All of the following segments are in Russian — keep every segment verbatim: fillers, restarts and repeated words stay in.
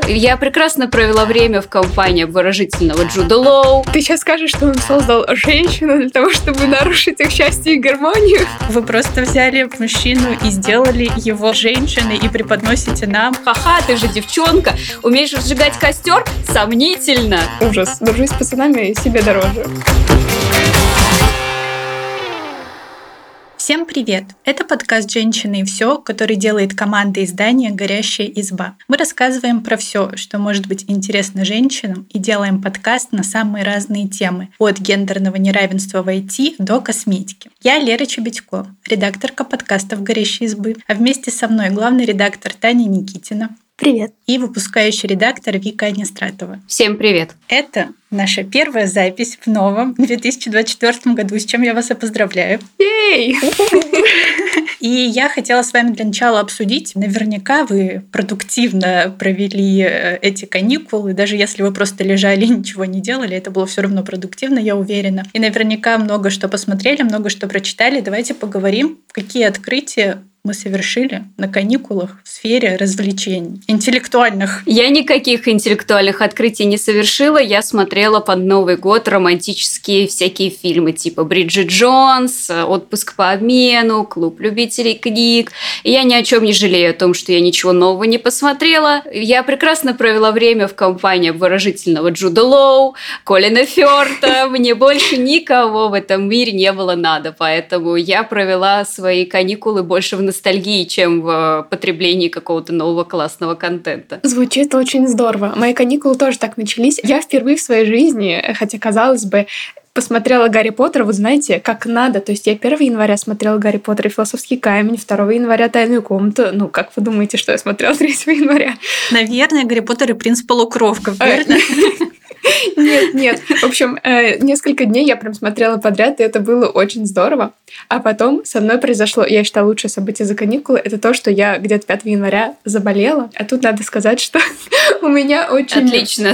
Я прекрасно провела время в компании обворожительного Джуда Лоу. Ты сейчас скажешь, что он создал женщину для того, чтобы нарушить их счастье и гармонию? Вы просто взяли мужчину и сделали его женщиной и преподносите нам. Ха-ха, ты же девчонка, умеешь разжигать костер? Сомнительно. Ужас, дружить с пацанами себе дороже. Всем привет! Это подкаст «Женщины и все», который делает команда издания «Горящая изба». Мы рассказываем про все, что может быть интересно женщинам, и делаем подкаст на самые разные темы, от гендерного неравенства в ай ти до косметики. Я Лера Чебедько, редакторка подкастов «Горящей избы», а вместе со мной главный редактор Таня Никитина. Привет. И выпускающий редактор Вика Анистратова. Всем привет. Это наша первая запись в новом две тысячи двадцать четвёртом году, с чем я вас и поздравляю. Ей! И я хотела с вами для начала обсудить. Наверняка вы продуктивно провели эти каникулы, даже если вы просто лежали и ничего не делали, это было все равно продуктивно, я уверена. И наверняка много что посмотрели, много что прочитали. Давайте поговорим, какие открытия мы совершили на каникулах в сфере развлечений интеллектуальных. Я никаких интеллектуальных открытий не совершила. Я смотрела под Новый год романтические всякие фильмы типа «Бриджит Джонс», «Отпуск по обмену», «Клуб любителей книг». И я ни о чем не жалею о том, что я ничего нового не посмотрела. Я прекрасно провела время в компании обворожительного Джуда Лоу, Колина Фёрта. Мне больше никого в этом мире не было надо. Поэтому я провела свои каникулы больше в ностальгии, чем в потреблении какого-то нового классного контента. Звучит очень здорово. Мои каникулы тоже так начались. Я впервые в своей жизни, хотя, казалось бы, посмотрела Гарри Поттера, вы знаете, как надо. То есть я первого января смотрела Гарри Поттер и Философский камень, второго января Тайную комнату. Ну, как вы думаете, что я смотрела третьего января? Наверное, Гарри Поттер и принц Полукровка, верно? Нет, нет. В общем, э, несколько дней я прям смотрела подряд, и это было очень здорово. А потом со мной произошло, я считаю, лучшее событие за каникулы, это то, что я где-то пятого января заболела. А тут надо сказать, что у меня очень... Отлично.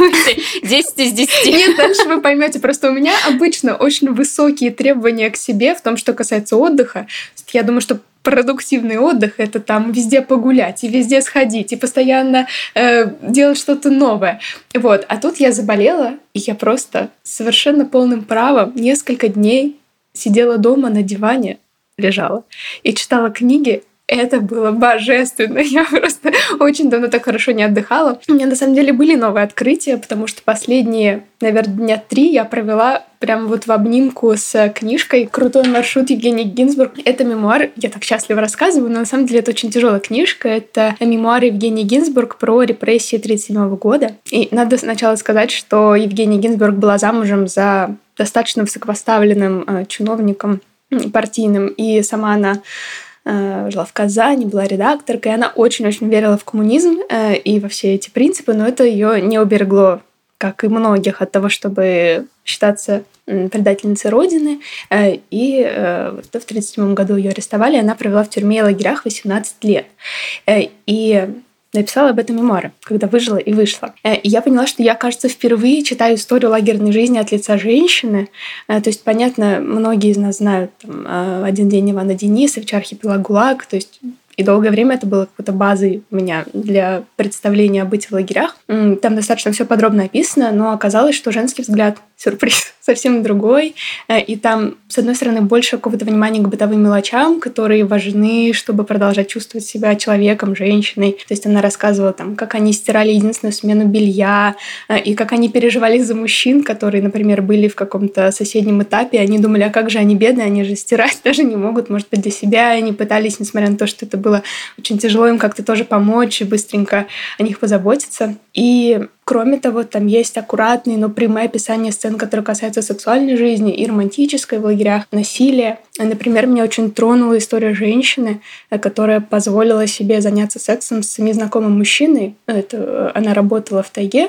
десять из десяти. Нет, дальше вы поймете. Просто у меня обычно очень высокие требования к себе в том, что касается отдыха. Я думаю, что продуктивный отдых — это там везде погулять и везде сходить, и постоянно э, делать что-то новое. Вот. А тут я заболела, и я просто совершенно полным правом несколько дней сидела дома на диване, лежала и читала книги. Это было божественно. Я просто очень давно так хорошо не отдыхала. У меня на самом деле были новые открытия, потому что последние, наверное, дня три я провела прямо вот в обнимку с книжкой «Крутой маршрут» Евгении Гинзбург. Это мемуар, я так счастливо рассказываю, но на самом деле это очень тяжелая книжка. Это мемуары Евгении Гинзбург про репрессии тридцать седьмого года. И надо сначала сказать, что Евгения Гинзбург была замужем за достаточно высокопоставленным э, чиновником партийным, и сама она жила в Казани, была редакторкой, и она очень-очень верила в коммунизм э, и во все эти принципы, но это ее не уберегло, как и многих, от того, чтобы считаться предательницей Родины. Э, и э, в тридцать седьмом году ее арестовали, она провела в тюрьме и лагерях восемнадцать лет. Э, и написала об этом мемуары, когда выжила и вышла. И я поняла, что я, кажется, впервые читаю историю лагерной жизни от лица женщины. То есть, понятно, многие из нас знают там, «Один день Ивана Денисовича», «Архипелаг ГУЛАГ», то есть и долгое время это было какой-то базой у меня для представления о бытии в лагерях. Там достаточно все подробно описано, но оказалось, что женский взгляд, сюрприз, совсем другой. И там, с одной стороны, больше какого-то внимания к бытовым мелочам, которые важны, чтобы продолжать чувствовать себя человеком, женщиной. То есть она рассказывала, там, как они стирали единственную смену белья, и как они переживали за мужчин, которые, например, были в каком-то соседнем этапе. Они думали, а как же они бедные, они же стирать даже не могут, может быть, для себя. И они пытались, несмотря на то, что это было очень тяжело, им как-то тоже помочь и быстренько о них позаботиться. И кроме того, там есть аккуратные, но прямые описания сцен, которые касаются сексуальной жизни и романтической в лагерях, насилия. Например, меня очень тронула история женщины, которая позволила себе заняться сексом с незнакомым мужчиной. Это, она работала в тайге,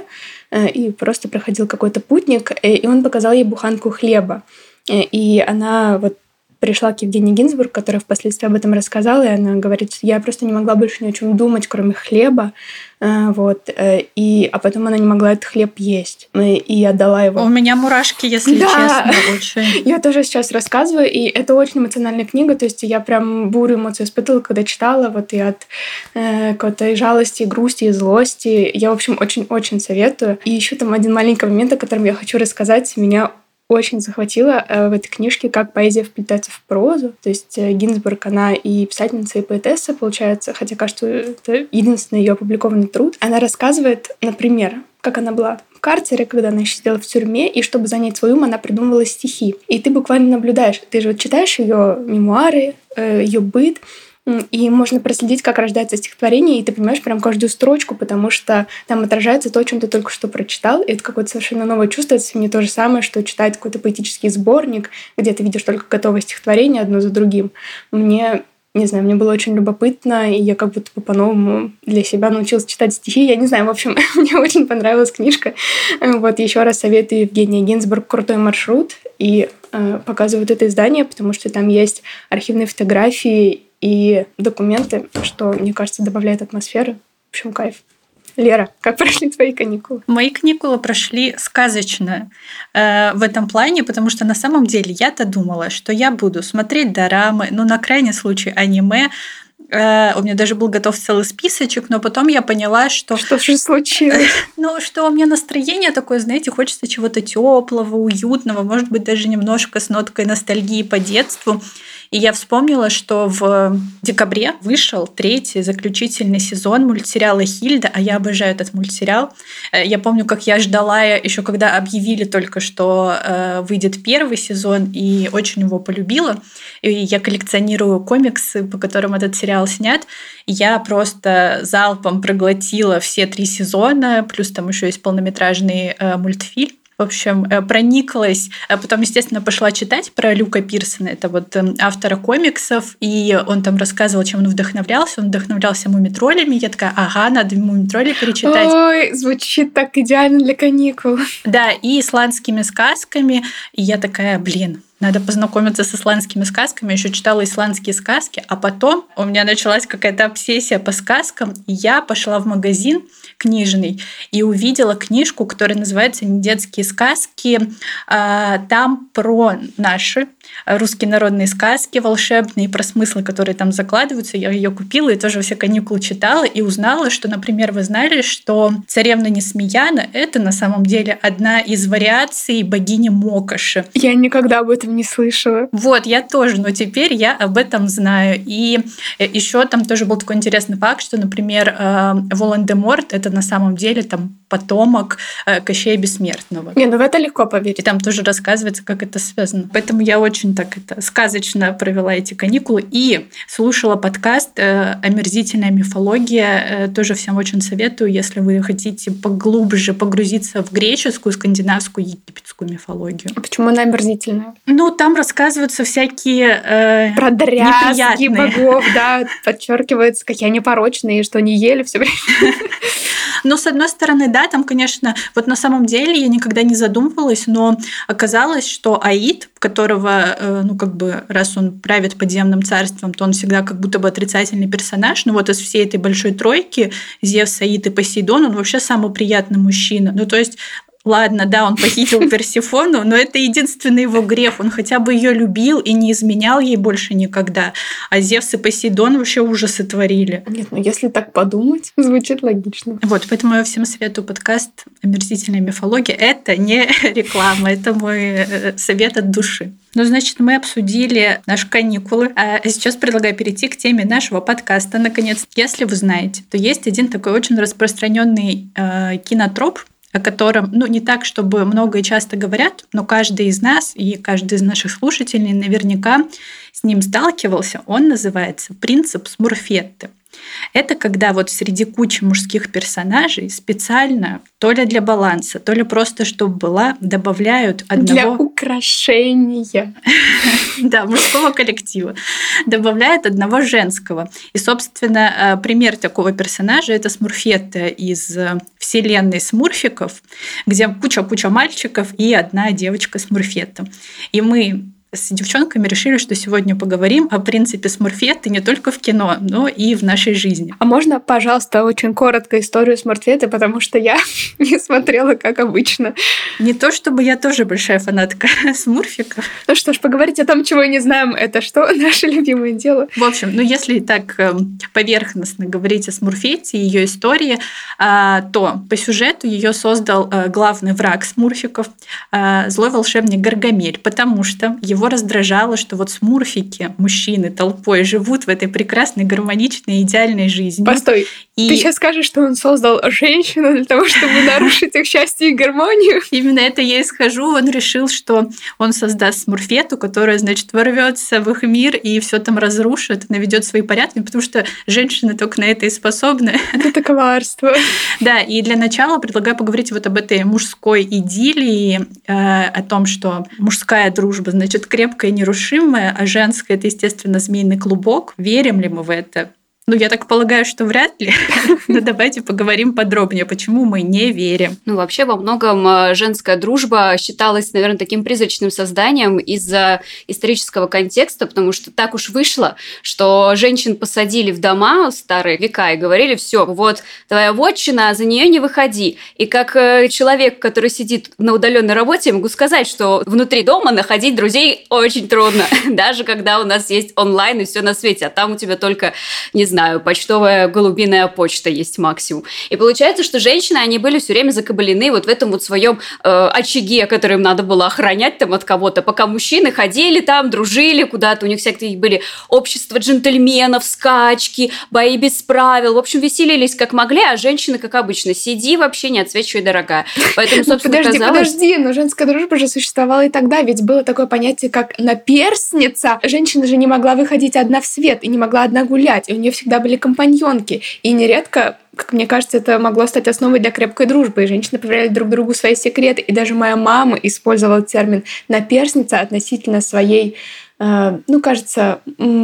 и просто проходил какой-то путник, и он показал ей буханку хлеба. И она вот пришла к Евгении Гинзбург, которая впоследствии об этом рассказала, и она говорит, что я просто не могла больше ни о чем думать, кроме хлеба. Вот. И, а потом она не могла этот хлеб есть. И я отдала его. У меня мурашки, если да. честно, очень. Я тоже сейчас рассказываю, и это очень эмоциональная книга, то есть я прям бурю эмоций испытывала, когда читала, вот и от э, какой-то и жалости, и грусти, и злости. Я, в общем, очень-очень советую. И еще там один маленький момент, о котором я хочу рассказать. Меня очень захватило э, в этой книжке, как поэзия вплетается в прозу. То есть э, Гинзбург, она и писательница, и поэтесса, получается, хотя, кажется, это единственный ее опубликованный труд. Она рассказывает, например, как она была в карцере, когда она еще сидела в тюрьме, и чтобы занять свой ум, она придумывала стихи. И ты буквально наблюдаешь, ты же вот читаешь ее мемуары, э, ее быт, и можно проследить, как рождается стихотворение, и ты понимаешь прям каждую строчку, потому что там отражается то, о чем ты только что прочитал, и это какое-то совершенно новое чувство. Это не то же самое, что читать какой-то поэтический сборник, где ты видишь только готовое стихотворение одно за другим. Мне, не знаю, мне было очень любопытно, и я как будто бы по-новому для себя научилась читать стихи. Я не знаю, в общем, мне очень понравилась книжка. Вот, еще раз советую Евгении Гинзбург «Крутой маршрут», и э, показывают это издание, потому что там есть архивные фотографии и документы, что, мне кажется, добавляет атмосферы. В общем, кайф. Лера, как прошли твои каникулы? Мои каникулы прошли сказочно э, в этом плане, потому что на самом деле я-то думала, что я буду смотреть дорамы, ну, на крайний случай аниме. Э, у меня даже был готов целый списочек, но потом я поняла, что... Что же случилось? Ну, что у меня настроение такое, знаете, хочется чего-то теплого, уютного, может быть, даже немножко с ноткой ностальгии по детству. И я вспомнила, что в декабре вышел третий заключительный сезон мультсериала «Хильда», а я обожаю этот мультсериал. Я помню, как я ждала еще, когда объявили только, что выйдет первый сезон, и очень его полюбила. И я коллекционирую комиксы, по которым этот сериал снят. И я просто залпом проглотила все три сезона, плюс там еще есть полнометражный мультфильм. В общем, прониклась. Потом, естественно, пошла читать про Люка Пирсона. Это вот автора комиксов. И он там рассказывал, чем он вдохновлялся. Он вдохновлялся мумитроллями. Я такая, ага, надо мумитроли перечитать. Ой, звучит так идеально для каникул. Да, и исландскими сказками. И я такая, блин, надо познакомиться с исландскими сказками. Еще читала исландские сказки. А потом у меня началась какая-то обсессия по сказкам. И я пошла в магазин книжный и увидела книжку, которая называется «Недетские сказки». Там про наши русские народные сказки волшебные, про смыслы, которые там закладываются. Я ее купила и тоже все каникулы читала и узнала, что, например, вы знали, что царевна Несмеяна — это на самом деле одна из вариаций богини Мокоши. Я никогда об этом не слышала. Вот, я тоже, но теперь я об этом знаю. И еще там тоже был такой интересный факт, что, например, Волан-де-Морт — это на самом деле там потомок Кощея Бессмертного. Не, ну в это легко поверить. И там тоже рассказывается, как это связано. Поэтому я очень так это сказочно провела эти каникулы и слушала подкаст «Омерзительная мифология». Тоже всем очень советую, если вы хотите поглубже погрузиться в греческую, скандинавскую, египетскую мифологию. А почему она омерзительная? Ну, там рассказываются всякие э, про дрязги неприятные богов, да, подчеркивается, какие они порочные, что они ели все время. Но, с одной стороны, да, там, конечно, вот на самом деле я никогда не задумывалась, но оказалось, что Аид, которого, ну, как бы, раз он правит подземным царством, то он всегда как будто бы отрицательный персонаж. Ну, вот из всей этой большой тройки Зевс, Аид и Посейдон, он вообще самый приятный мужчина. Ну, то есть ладно, да, он похитил Персефону, но это единственный его грех. Он хотя бы ее любил и не изменял ей больше никогда. А Зевс и Посейдон вообще ужасы творили. Нет, ну если так подумать, звучит логично. Вот, поэтому я всем советую подкаст «Омерзительная мифология». Это не реклама, это мой совет от души. Ну, значит, мы обсудили наши каникулы. А сейчас предлагаю перейти к теме нашего подкаста. Наконец, если вы знаете, то есть один такой очень распространенный э, кинотроп, о котором, ну, не так, чтобы много и часто говорят, но каждый из нас и каждый из наших слушателей наверняка с ним сталкивался. Он называется «Принцип Смурфетты». Это когда вот среди кучи мужских персонажей специально, то ли для баланса, то ли просто чтобы была, добавляют одного... Для украшения. Да, мужского коллектива. Добавляют одного женского. И, собственно, пример такого персонажа — это Смурфетта из вселенной смурфиков, где куча-куча мальчиков и одна девочка Смурфетта. И мы с девчонками решили, что сегодня поговорим о принципе Смурфетты не только в кино, но и в нашей жизни. А можно, пожалуйста, очень коротко историю Смурфетты, потому что я не смотрела, как обычно. Не то чтобы я тоже большая фанатка смурфиков. Ну что ж, поговорить о том, чего не знаем, это что? Наше любимое дело. В общем, ну если так поверхностно говорить о Смурфетте и ее истории, то по сюжету ее создал главный враг смурфиков, злой волшебник Гаргамель, потому что его раздражало, что вот смурфики, мужчины, толпой живут в этой прекрасной, гармоничной, идеальной жизни. Постой, и... ты сейчас скажешь, что он создал женщину для того, чтобы нарушить их счастье и гармонию? Именно это я и схожу. Он решил, что он создаст Смурфетту, которая, значит, ворвется в их мир и все там разрушит, наведет свои порядки, потому что женщины только на это и способны. Это коварство. Да, и для начала предлагаю поговорить вот об этой мужской идиллии, э, о том, что мужская дружба, значит, крепкая и нерушимая, а женская — это, естественно, змеиный клубок. Верим ли мы в это? Ну, я так полагаю, что вряд ли. Но давайте поговорим подробнее, почему мы не верим. Ну, вообще, во многом женская дружба считалась, наверное, таким призрачным созданием из-за исторического контекста, потому что так уж вышло, что женщин посадили в дома в старые века и говорили: все, вот твоя вотчина, за нее не выходи. И как человек, который сидит на удаленной работе, я могу сказать, что внутри дома находить друзей очень трудно, даже когда у нас есть онлайн и все на свете, а там у тебя только, не знаю, знаю, почтовая голубиная почта есть максимум. И получается, что женщины, они были все время закабалены вот в этом вот своем э, очаге, который им надо было охранять там от кого-то, пока мужчины ходили там, дружили куда-то, у них всякие были общества джентльменов, скачки, бои без правил, в общем, веселились как могли, а женщины, как обычно, сиди вообще, не отсвечивай, дорогая. Поэтому, собственно, подожди, казалось... подожди, но женская дружба же существовала и тогда, ведь было такое понятие, как наперсница. Женщина же не могла выходить одна в свет и не могла одна гулять, и у нее всегда были компаньонки. И нередко, как мне кажется, это могло стать основой для крепкой дружбы. И женщины поверяли друг другу свои секреты. И даже моя мама использовала термин «наперсница» относительно своей, э, ну, кажется,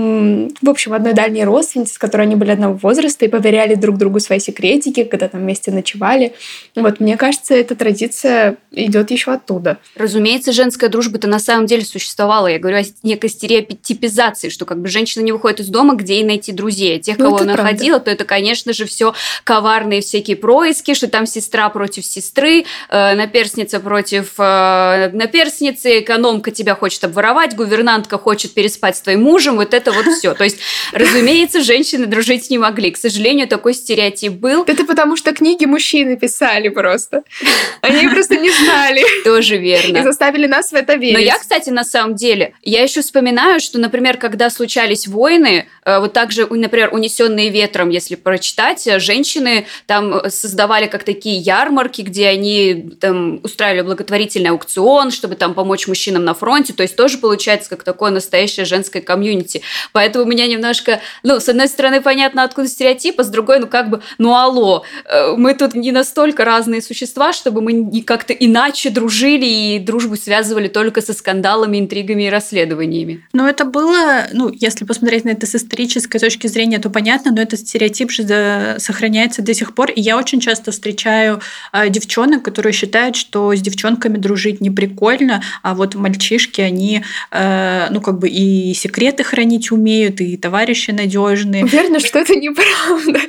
м- в общем, одной дальней родственницы, с которой они были одного возраста и поверяли друг другу свои секретики, когда там вместе ночевали. Вот, мне кажется, эта традиция идет еще оттуда. Разумеется, женская дружба-то на самом деле существовала. Я говорю о некой стереотипизации, что как бы женщина не выходит из дома, где ей найти друзей. А тех, ну, кого она правда. Ходила, то это, конечно же, все коварные всякие происки, что там сестра против сестры, э, наперсница против э, наперсницы, экономка тебя хочет обворовать, гувернантка хочет переспать с твоим мужем, вот это вот все. То есть, разумеется, женщины дружить не могли. К сожалению, такой стереотип был. Это потому, что книги мужчины писали просто. Они просто не знали. Тоже верно. И заставили нас в это верить. Но я, кстати, на самом деле, я еще вспоминаю, что, например, когда случались войны, вот так же, например, «Унесенные ветром», если прочитать, женщины там создавали как такие ярмарки, где они там устраивали благотворительный аукцион, чтобы там помочь мужчинам на фронте. То есть тоже получается как такое настоящее женское комьюнити. Поэтому у меня немножко, ну, с одной стороны, понятно, откуда стереотип, а с другой, ну, как бы, ну, алло, мы тут не настолько разные существа, чтобы мы как-то иначе дружили и дружбу связывали только со скандалами, интригами и расследованиями. Но это было, ну, если посмотреть на это с исторической точки зрения, то понятно, но этот стереотип же сохраняется до сих пор. И я очень часто встречаю э, девчонок, которые считают, что с девчонками дружить не прикольно, а вот мальчишки, они, э, ну, как бы и секреты хранить умеют, и товарищи надежные. Уверена, что это неправда.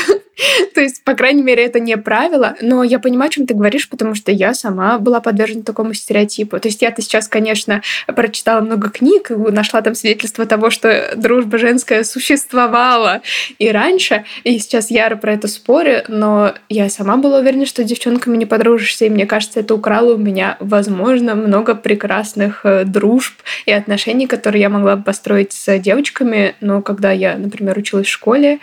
То есть, по крайней мере, это не правило, но я понимаю, о чем ты говоришь, потому что я сама была подвержена такому стереотипу. То есть я-то сейчас, конечно, прочитала много книг, нашла там свидетельство того, что дружба женская существовала и раньше, и сейчас яро про это спорю, но я сама была уверена, что с девчонками не подружишься, и мне кажется, это украло у меня, возможно, много прекрасных дружб и отношений, которые я могла бы построить с девочками, но когда я, например, училась в школе,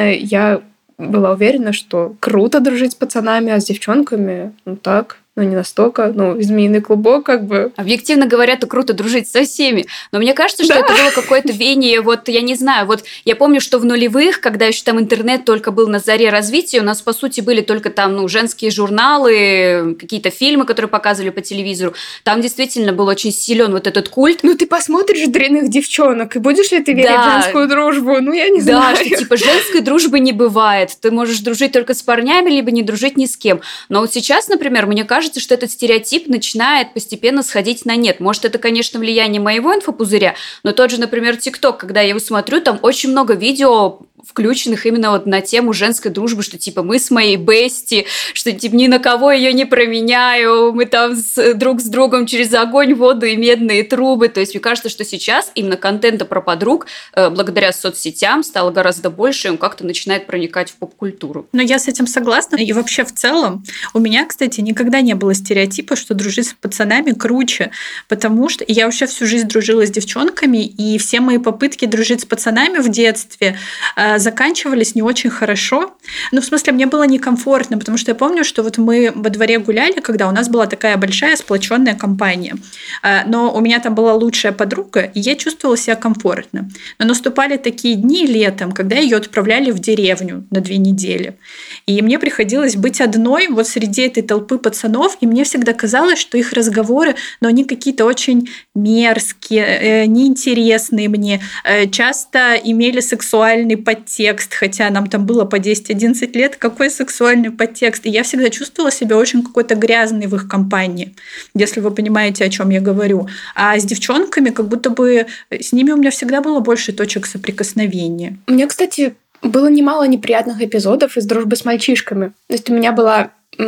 я была уверена, что круто дружить с пацанами, а с девчонками, ну так, ну не настолько, ну змеиный клубок как бы. Объективно говоря, то круто дружить со всеми, но мне кажется, что да. это было какое-то веяние, вот я не знаю, вот я помню, что в нулевых, когда еще там интернет только был на заре развития, у нас по сути были только там, ну, женские журналы, какие-то фильмы, которые показывали по телевизору, там действительно был очень силен вот этот культ. Ну ты посмотришь «Дрянных девчонок», и будешь ли ты верить да. в женскую дружбу? Ну я не да, знаю. Да, что типа женской дружбы не бывает, ты можешь дружить только с парнями, либо не дружить ни с кем, но вот сейчас, например, мне кажется, кажется, что этот стереотип начинает постепенно сходить на нет. Может, это, конечно, влияние моего инфопузыря, но тот же, например, ТикТок, когда я его смотрю, там очень много видео, включенных именно вот на тему женской дружбы, что типа мы с моей бести, что типа ни на кого ее не променяю, мы там с, друг с другом через огонь, воду и медные трубы. То есть мне кажется, что сейчас именно контента про подруг э, благодаря соцсетям стало гораздо больше, и он как-то начинает проникать в поп-культуру. Но я с этим согласна. И вообще в целом у меня, кстати, никогда не было стереотипа, что дружить с пацанами круче, потому что я вообще всю жизнь дружила с девчонками, и все мои попытки дружить с пацанами в детстве э, заканчивались не очень хорошо. Ну, в смысле, мне было некомфортно, потому что я помню, что вот мы во дворе гуляли, когда у нас была такая большая сплоченная компания. Но у меня там была лучшая подруга, и я чувствовала себя комфортно. Но наступали такие дни летом, когда ее отправляли в деревню на две недели. И мне приходилось быть одной вот среди этой толпы пацанов, и мне всегда казалось, что их разговоры, но они какие-то очень мерзкие, неинтересные мне, часто имели сексуальный подтекст, подтекст, хотя нам там было по десять-одиннадцать лет, какой сексуальный подтекст. И я всегда чувствовала себя очень какой-то грязной в их компании, если вы понимаете, о чем я говорю. А с девчонками, как будто бы с ними у меня всегда было больше точек соприкосновения. У меня, кстати, было немало неприятных эпизодов из дружбы с мальчишками. То есть у меня была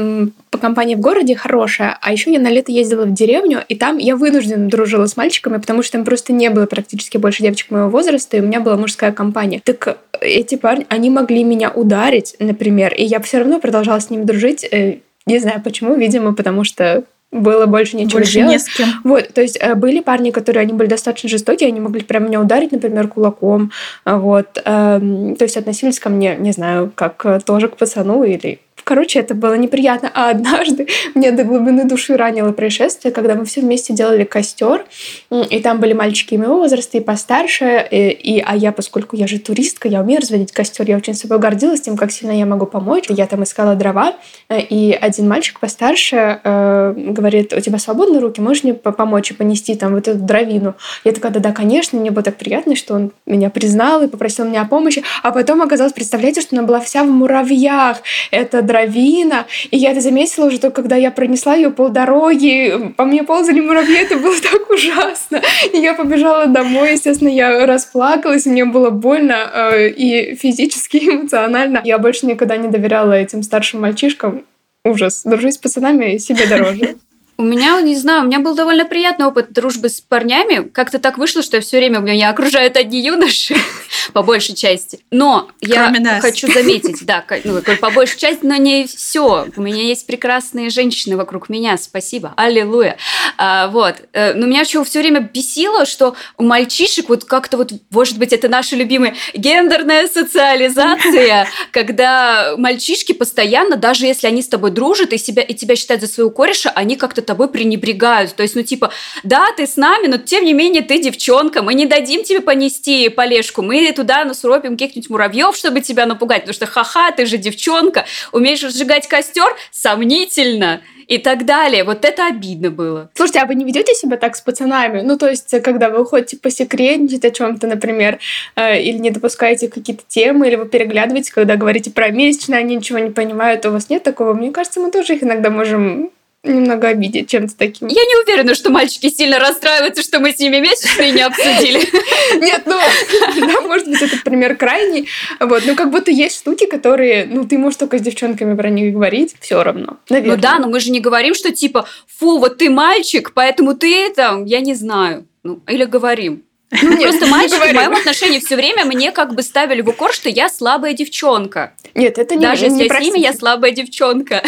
по компании в городе хорошая, а еще я на лето ездила в деревню, и там я вынуждена дружила с мальчиками, потому что там просто не было практически больше девочек моего возраста, и у меня была мужская компания. Так эти парни, они могли меня ударить, например, и я все равно продолжала с ними дружить. Не знаю почему, видимо, потому что было больше нечего больше делать. Не с кем. Вот, то есть были парни, которые они были достаточно жестокие, они могли прям меня ударить, например, кулаком, вот, то есть относились ко мне, не знаю, как тоже к пацану или... Короче, это было неприятно. А однажды мне до глубины души ранило происшествие, когда мы все вместе делали костер, и там были мальчики и моего возраста, и постарше, и, и, а я, поскольку я же туристка, я умею разводить костер, я очень собой гордилась тем, как сильно я могу помочь. Я там искала дрова, и один мальчик постарше э, говорит: у тебя свободные руки, можешь мне помочь и понести там вот эту дровину? Я такая: да-да, конечно, мне было так приятно, что он меня признал и попросил меня о помощи. А потом оказалось, представляете, что она была вся в муравьях. Это дровина, и я это заметила уже только когда я пронесла ее полдороги, по мне ползали муравьи, это было так ужасно. И я побежала домой, естественно, я расплакалась, мне было больно э, и физически, и эмоционально. Я больше никогда не доверяла этим старшим мальчишкам. Ужас. Дружить с пацанами себе дороже. У меня, не знаю, у меня был довольно приятный опыт дружбы с парнями. Как-то так вышло, что я все время меня окружают одни юноши, по большей части. Но я хочу заметить, да, ну, по большей части, но не все. У меня есть прекрасные женщины вокруг меня, спасибо, аллилуйя. А, вот. Но меня еще все время бесило, что у мальчишек вот как-то вот, может быть, это наша любимая гендерная социализация, когда мальчишки постоянно, даже если они с тобой дружат и, себя, и тебя считают за своего кореша, они как-то тобой пренебрегают. То есть, ну, типа, да, ты с нами, но тем не менее ты девчонка, мы не дадим тебе понести полежку, мы туда насуропим каких-нибудь муравьев, чтобы тебя напугать, потому что ха-ха, ты же девчонка, умеешь разжигать костер? Сомнительно. И так далее. Вот это обидно было. Слушайте, а вы не ведете себя так с пацанами? Ну, то есть, когда вы уходите посекретничать о чем-то, например, э, или не допускаете какие-то темы, или вы переглядываете, когда говорите про месячные, они ничего не понимают, у вас нет такого? Мне кажется, мы тоже их иногда можем немного обидеть чем-то таким. Я не уверена, что мальчики сильно расстраиваются, что мы с ними месячные не обсудили. Нет, ну, да, может быть, это пример крайний. Вот, ну, как будто есть штуки, которые, ну, ты можешь только с девчонками про них говорить, все равно, наверное. Ну да, но мы же не говорим, что типа, фу, вот ты мальчик, поэтому ты это, я не знаю. Ну, или говорим. Ну, нет, просто мальчики в моем отношении все время мне как бы ставили в укор, что я слабая девчонка. Нет, это не Даже не если я с ними, я слабая девчонка.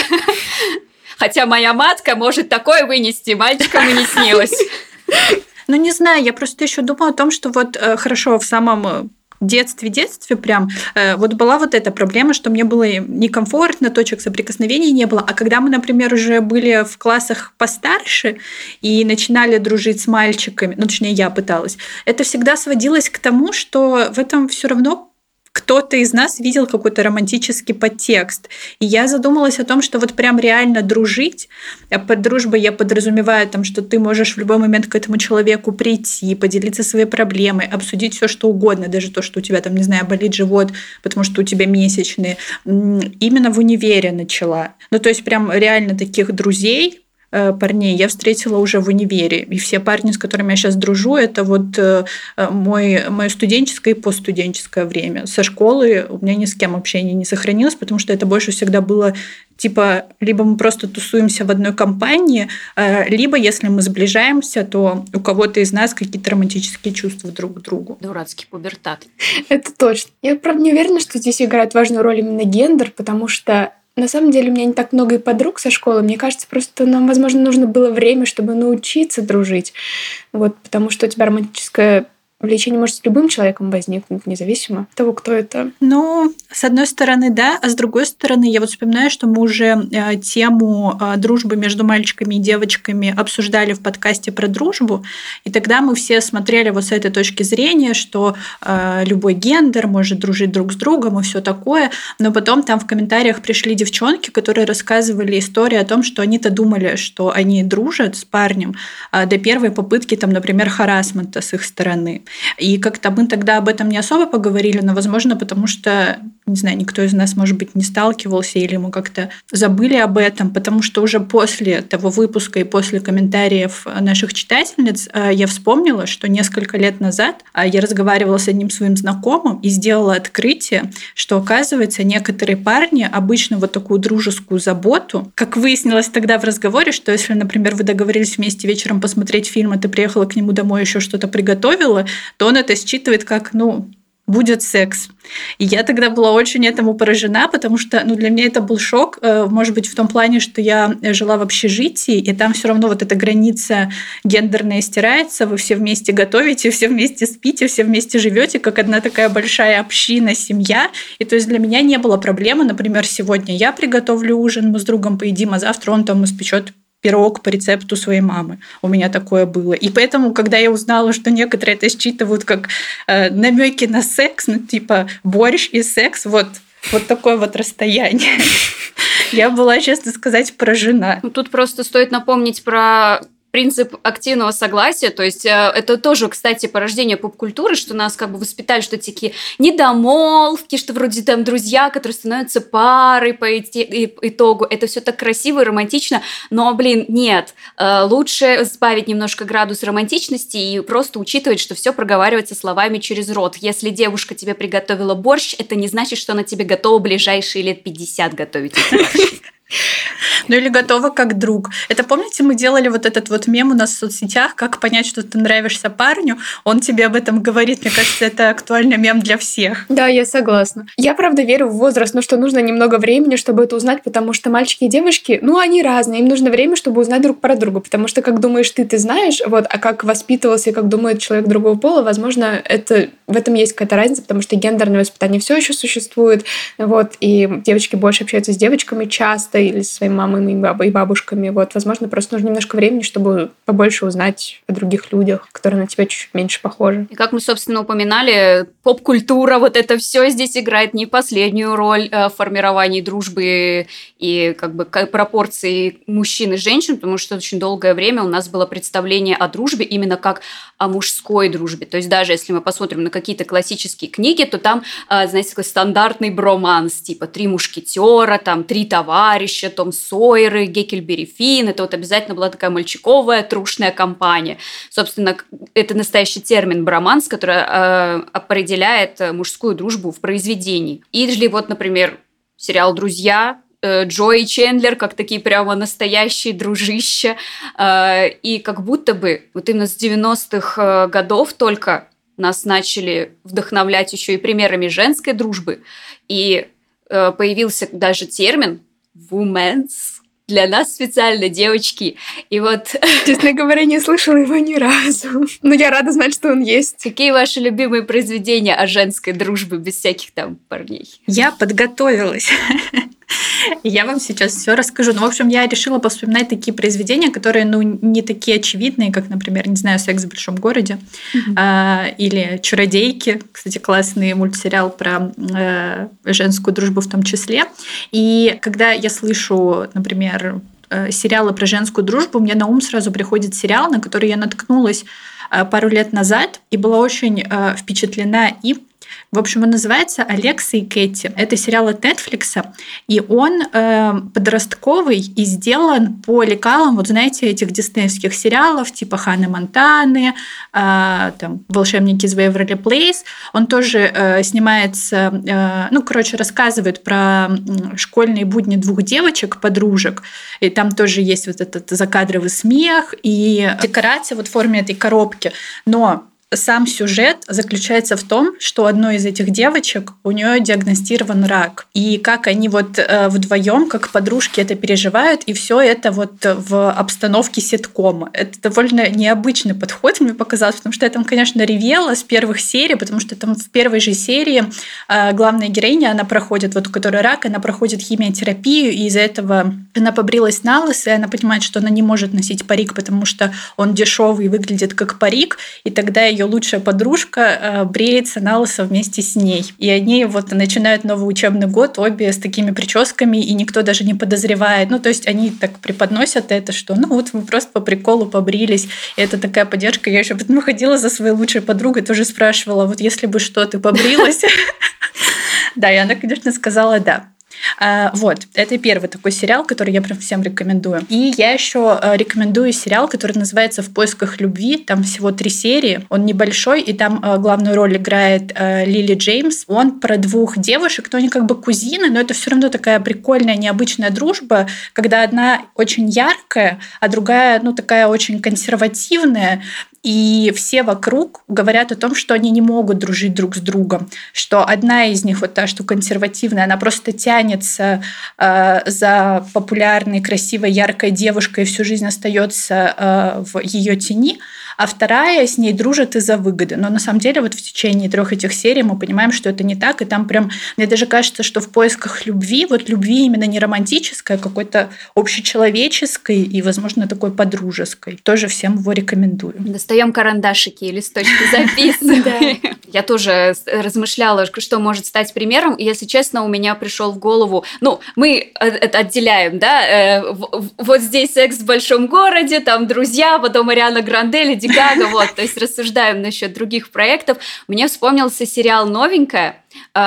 Хотя моя матка может такое вынести, мальчикам и не снилось. Ну, не знаю, я просто еще думала о том, что вот э, хорошо, в самом детстве-детстве прям э, вот была вот эта проблема, что мне было некомфортно, точек соприкосновения не было. А когда мы, например, уже были в классах постарше и начинали дружить с мальчиками, ну, точнее, я пыталась, это всегда сводилось к тому, что в этом все равно кто-то из нас видел какой-то романтический подтекст. И я задумалась о том, что вот прям реально дружить, а под дружбой я подразумеваю, там, что ты можешь в любой момент к этому человеку прийти, поделиться своей проблемой, обсудить все что угодно, даже то, что у тебя там, не знаю, болит живот, потому что у тебя месячные. Именно в универе начала. Ну, то есть прям реально таких друзей, парней я встретила уже в универе. И все парни, с которыми я сейчас дружу, это вот мой, мое студенческое и постстуденческое время. Со школы у меня ни с кем общение не сохранилось, потому что это больше всегда было типа либо мы просто тусуемся в одной компании, либо если мы сближаемся, то у кого-то из нас какие-то романтические чувства друг к другу. Дурацкий пубертат. Это точно. Я, правда, не уверена, что здесь играет важную роль именно гендер, потому что на самом деле у меня не так много и подруг со школы. Мне кажется, просто нам, возможно, нужно было время, чтобы научиться дружить. Вот, потому что у тебя романтическое влечение может с любым человеком возникнуть, независимо от того, кто это. Ну, с одной стороны, да, а с другой стороны, я вот вспоминаю, что мы уже э, тему э, дружбы между мальчиками и девочками обсуждали в подкасте про дружбу, и тогда мы все смотрели вот с этой точки зрения, что э, любой гендер может дружить друг с другом и все такое, но потом там в комментариях пришли девчонки, которые рассказывали историю о том, что они-то думали, что они дружат с парнем э, до первой попытки, там, например, харассмента с их стороны. И как-то мы тогда об этом не особо поговорили, но, возможно, потому что, не знаю, никто из нас, может быть, не сталкивался, или мы как-то забыли об этом, потому что уже после того выпуска и после комментариев наших читательниц я вспомнила, что несколько лет назад я разговаривала с одним своим знакомым и сделала открытие, что, оказывается, некоторые парни обычно вот такую дружескую заботу, как выяснилось тогда в разговоре, что если, например, вы договорились вместе вечером посмотреть фильм, а ты приехала к нему домой, еще что-то приготовила, то он это считывает как, ну, будет секс. И я тогда была очень этому поражена, потому что, ну, для меня это был шок, может быть, в том плане, что я жила в общежитии, и там все равно вот эта граница гендерная стирается, вы все вместе готовите, все вместе спите, все вместе живете, как одна такая большая община, семья. И то есть для меня не было проблемы, например, сегодня я приготовлю ужин, мы с другом поедим, а завтра он там испечет пирог по рецепту своей мамы. У меня такое было. И поэтому, когда я узнала, что некоторые это считывают как э, намеки на секс, ну типа борщ и секс, вот, вот такое вот расстояние. Я была, честно сказать, поражена. Тут просто стоит напомнить про принцип активного согласия, то есть это тоже, кстати, порождение поп-культуры, что нас как бы воспитали, что такие недомолвки, что вроде там друзья, которые становятся парой по итогу, это все так красиво и романтично, но, блин, нет, лучше сбавить немножко градус романтичности и просто учитывать, что все проговаривается словами через рот. Если девушка тебе приготовила борщ, это не значит, что она тебе готова ближайшие лет пятьдесят готовить этот борщ. Ну или готова как друг. Это, помните, мы делали вот этот вот мем у нас в соцсетях, как понять, что ты нравишься парню, он тебе об этом говорит. Мне кажется, это актуальный мем для всех. Да, я согласна. Я, правда, верю в возраст, но что нужно немного времени, чтобы это узнать, потому что мальчики и девушки, ну, они разные, им нужно время, чтобы узнать друг про друга, потому что как думаешь ты, ты знаешь, вот, а как воспитывался и как думает человек другого пола, возможно, это, в этом есть какая-то разница, потому что гендерное воспитание все еще существует, вот, и девочки больше общаются с девочками часто или со своей мамой и бабушками. Вот, возможно, просто нужно немножко времени, чтобы побольше узнать о других людях, которые на тебя чуть-чуть меньше похожи. И как мы, собственно, упоминали, поп-культура, вот это все здесь играет не последнюю роль в формировании дружбы и как бы пропорции мужчин и женщин, потому что очень долгое время у нас было представление о дружбе именно как о мужской дружбе. То есть даже если мы посмотрим на какие-то классические книги, то там, знаете, такой стандартный броманс, типа «Три мушкетера», там «Три товарища», Том Сойеры, Геккельбери Финн. Это вот обязательно была такая мальчиковая, трушная компания. Собственно, это настоящий термин броманс, который э, определяет мужскую дружбу в произведении. Или вот, например, сериал «Друзья», Джо и Чендлер, как такие прямо настоящие дружища. И как будто бы вот именно с девяностых годов только нас начали вдохновлять еще и примерами женской дружбы. И появился даже термин «women's». Для нас специально, девочки. И вот... Честно говоря, не слышала его ни разу. Но я рада знать, что он есть. Какие ваши любимые произведения о женской дружбе без всяких там парней? Я подготовилась. Я вам сейчас все расскажу. Ну, в общем, я решила вспоминать такие произведения, которые, ну, не такие очевидные, как, например, не знаю, «Секс в большом городе» mm-hmm. а, или «Чародейки». Кстати, классный мультсериал про э, женскую дружбу в том числе. И когда я слышу, например, сериалы про женскую дружбу, мне на ум сразу приходит сериал, на который я наткнулась пару лет назад и была очень впечатлена им. В общем, он называется «Алекса и Кэти». Это сериал от Netflix, и он э, подростковый и сделан по лекалам, вот знаете, этих диснеевских сериалов, типа «Ханны Монтаны», э, там, «Волшебники из Вэйверли Плейс». Он тоже э, снимается, э, ну, короче, рассказывает про школьные будни двух девочек, подружек, и там тоже есть вот этот закадровый смех и декорация вот в форме этой коробки. Но сам сюжет заключается в том, что одной из этих девочек у нее диагностирован рак. И как они вот э, вдвоем, как подружки, это переживают, и все это вот в обстановке ситкома. Это довольно необычный подход, мне показалось, потому что я там, конечно, ревела с первых серий, потому что там в первой же серии э, главная героиня, она проходит, вот у которой рак, она проходит химиотерапию, и из-за этого она побрилась на лысо, и она понимает, что она не может носить парик, потому что он дешевый и выглядит как парик, и тогда ее лучшая подружка бреется на лысо вместе с ней. И они вот начинают новый учебный год обе с такими прическами, и никто даже не подозревает. Ну, то есть они так преподносят это, что ну вот мы просто по приколу побрились. И это такая поддержка. Я еще потом ходила за своей лучшей подругой, тоже спрашивала, вот если бы что, ты побрилась? Да, и она, конечно, сказала да. А, вот, это первый такой сериал, который я прям всем рекомендую. И я еще рекомендую сериал, который называется «В поисках любви». Там всего три серии. Он небольшой, и там главную роль играет Лили Джеймс. Он про двух девушек, но они как бы кузины, но это все равно такая прикольная, необычная дружба, когда одна очень яркая, а другая, ну, такая очень консервативная. И все вокруг говорят о том, что они не могут дружить друг с другом, что одна из них, вот та, что консервативная, она просто тянется э, за популярной, красивой, яркой девушкой и всю жизнь остается э, в ее тени, а вторая с ней дружит из-за выгоды. Но на самом деле вот в течение трех этих серий мы понимаем, что это не так, и там прям, мне даже кажется, что в поисках любви, вот любви именно не романтической, а какой-то общечеловеческой и, возможно, такой подружеской. Тоже всем его рекомендую. Достаем карандашики и листочки записываем. Я тоже размышляла, что может стать примером, и, если честно, у меня пришел в голову, ну, мы это отделяем, да, вот здесь «Секс в большом городе», там «Друзья», потом Ариана Гранде, Леди Гага, вот, то есть рассуждаем насчет других проектов. Мне вспомнился сериал «Новенькая»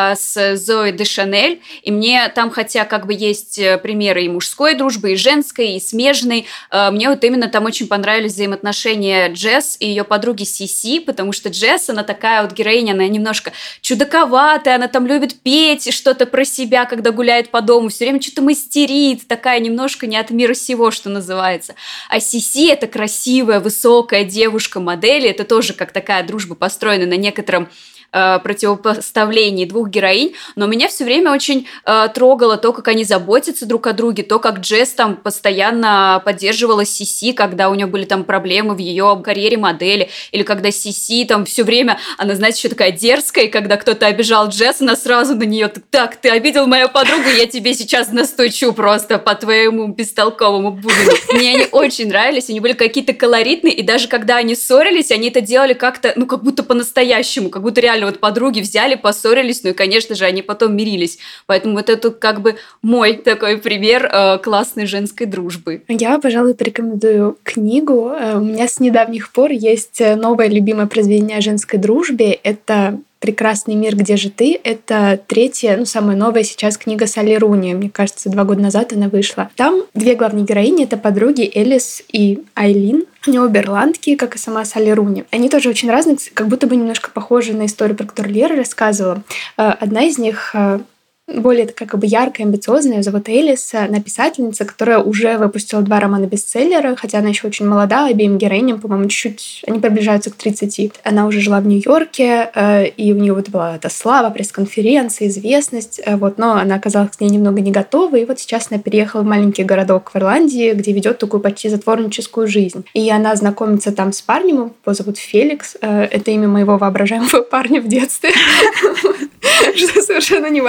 с Зои де Шанель, и мне там, хотя как бы есть примеры и мужской дружбы, и женской, и смежной, мне вот именно там очень понравились взаимоотношения Джесс и ее подруги Сиси, потому что Джесс, она такая вот героиня, она немножко чудаковатая, она там любит петь что-то про себя, когда гуляет по дому, все время что-то мастерит, такая немножко не от мира сего, что называется. А Сиси — это красивая, высокая девушка-модель, это тоже как такая дружба построена на некотором противопоставлении двух героинь, но меня все время очень э, трогало то, как они заботятся друг о друге, то, как Джесс там постоянно поддерживала Сиси, когда у нее были там проблемы в ее карьере модели, или когда Сиси там все время, она, знаете, еще такая дерзкая, и когда кто-то обижал Джесс, она сразу на нее: так, ты обидел мою подругу, я тебе сейчас настучу просто по твоему бестолковому бубину. Мне они очень нравились, они были какие-то колоритные, и даже когда они ссорились, они это делали как-то, ну, как будто по-настоящему, как будто реально вот подруги взяли, поссорились, ну и, конечно же, они потом мирились. Поэтому вот это как бы мой такой пример э, классной женской дружбы. Я, пожалуй, порекомендую книгу. У меня с недавних пор есть новое любимое произведение о женской дружбе. Это «Прекрасный мир, где же ты?». Это третья, ну, самая новая сейчас книга Салли Руни. Мне кажется, два года назад она вышла. Там две главные героини — это подруги Элис и Айлин. Они обе ирландки, как и сама Салли Руни. Они тоже очень разные, как будто бы немножко похожи на историю, про которую Лера рассказывала. Одна из них более такая как бы яркая, амбициозная, зовут Элис, она писательница, которая уже выпустила два романа-бестселлера, хотя она еще очень молода, обеим героиням, по-моему, чуть-чуть, они приближаются к тридцати. Она уже жила в Нью-Йорке, и у нее вот была эта слава, пресс-конференция, известность, вот, но она оказалась к ней немного не готова, и вот сейчас она переехала в маленький городок в Ирландии, где ведет такую почти затворническую жизнь. И она знакомится там с парнем, его зовут Феликс, это имя моего воображаемого парня в детстве, что совершенно не важно.